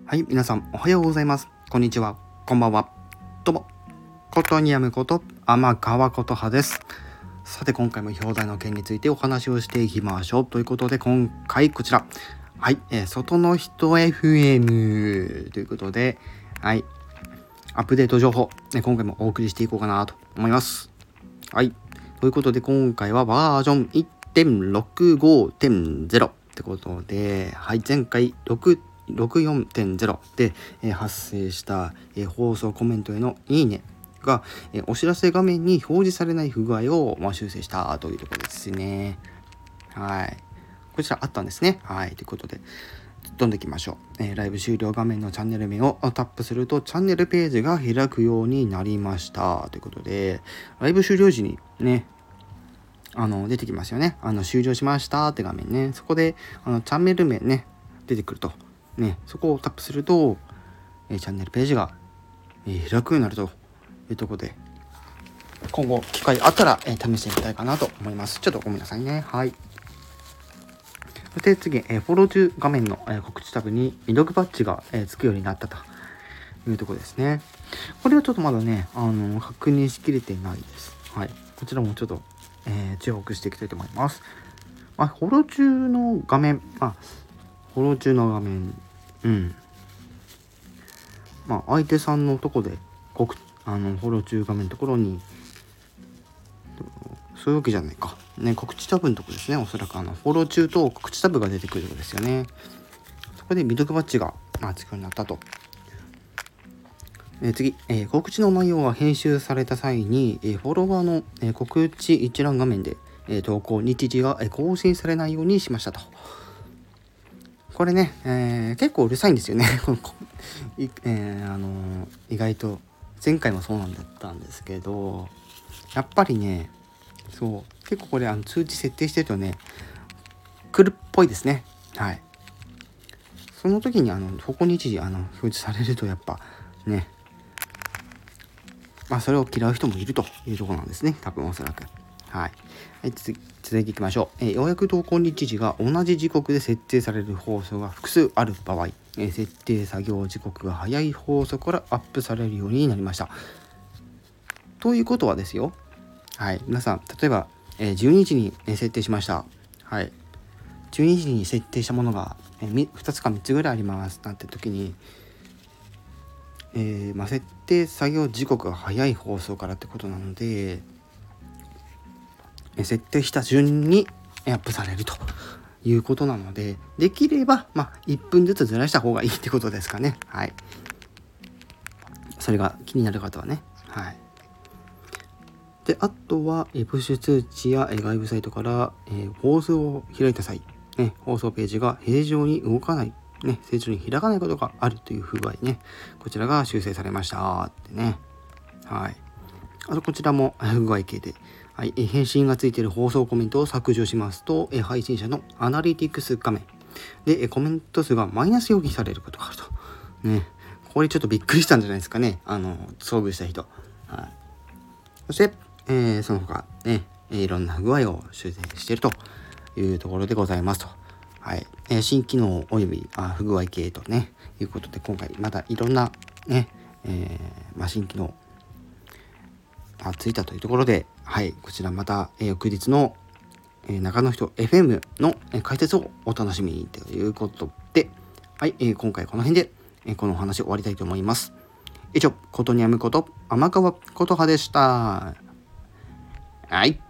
はい、皆さんおはようございます。こんにちは。こんばんは。どうも、ことにやむこと天川ことはです。さて、今回も表題の件についてお話をしていきましょう。ということで、今回こちら。はい、外の人 FM ということで、はい、アップデート情報、今回もお送りしていこうかなと思います。はい、ということで、今回はバージョン 1.65.0 ってことで、はい、前回64.0 で、発生した、放送コメントへのいいねが、お知らせ画面に表示されない不具合を、修正したというところですね。はい。こちらあったんですね。はい。ということで、どんどんいきましょう。ライブ終了画面のチャンネル名をタップすると、チャンネルページが開くようになりました。ということで、ライブ終了時にね、出てきますよね。終了しましたって画面ね。そこで、チャンネル名ね、出てくると。ね、そこをタップすると、チャンネルページが、開くようになるというところで、今後機会あったら、試してみたいかなと思います。ちょっとごめんなさいね。はい。そして次、フォロー中画面の、告知タブに未読バッジが、つくようになったというところですね。これはちょっとまだね、確認しきれてないです。はい。こちらもちょっと、注目していきたいと思います。フォロー中の画面、フォロー中の画面、相手さんのとこでフォロー中画面のところにそういうわけじゃないかね、告知タブのところですね。おそらくフォロー中と告知タブが出てくるところですよね。そこで未読バッジがつくようになったと。次、告知の内容は編集された際に、フォロワーの、告知一覧画面で、投稿日時が、更新されないようにしましたと。これね、結構うるさいんですよね。意外と前回もそうなんだったんですけど、やっぱりね、そう結構これ通知設定してるとね来るっぽいですね。はい。その時に投稿日時表示されるとやっぱね、それを嫌う人もいるというところなんですね。多分おそらく。はい。続いていきましょう。ようやく投稿日時が同じ時刻で設定される放送が複数ある場合、設定作業時刻が早い放送からアップされるようになりました。ということはですよ。はい。皆さん、例えば、12時に設定しました。はい。12時に設定したものが2つか3つぐらいありますなんて時に、設定作業時刻が早い放送からってことなので、設定した順にアップされるということなので、できれば1分ずつずらした方がいいってことですかね。はい。それが気になる方はね。はい。で、あとはプッシュ通知や外部サイトから放送を開いた際、放送ページが正常に動かない、正常に開かないことがあるという不具合ね、こちらが修正されましたってね。はい。あとこちらも不具合系で、はい、返信がついている放送コメントを削除しますと、配信者のアナリティクス画面でコメント数がマイナス表記されることがあると。ね。これちょっとびっくりしたんじゃないですかね。遭遇した人。はい。そして、その他ね、いろんな不具合を修正しているというところでございますと。はい。新機能および不具合系とね、いうことで今回またいろんなね、新機能ついたというところで、はい、こちらまた、翌日の、中の人 FM の解説をお楽しみにということで、はい、今回この辺で、このお話を終わりたいと思います。以上、ことにやむこと天川琴葉でした。はい。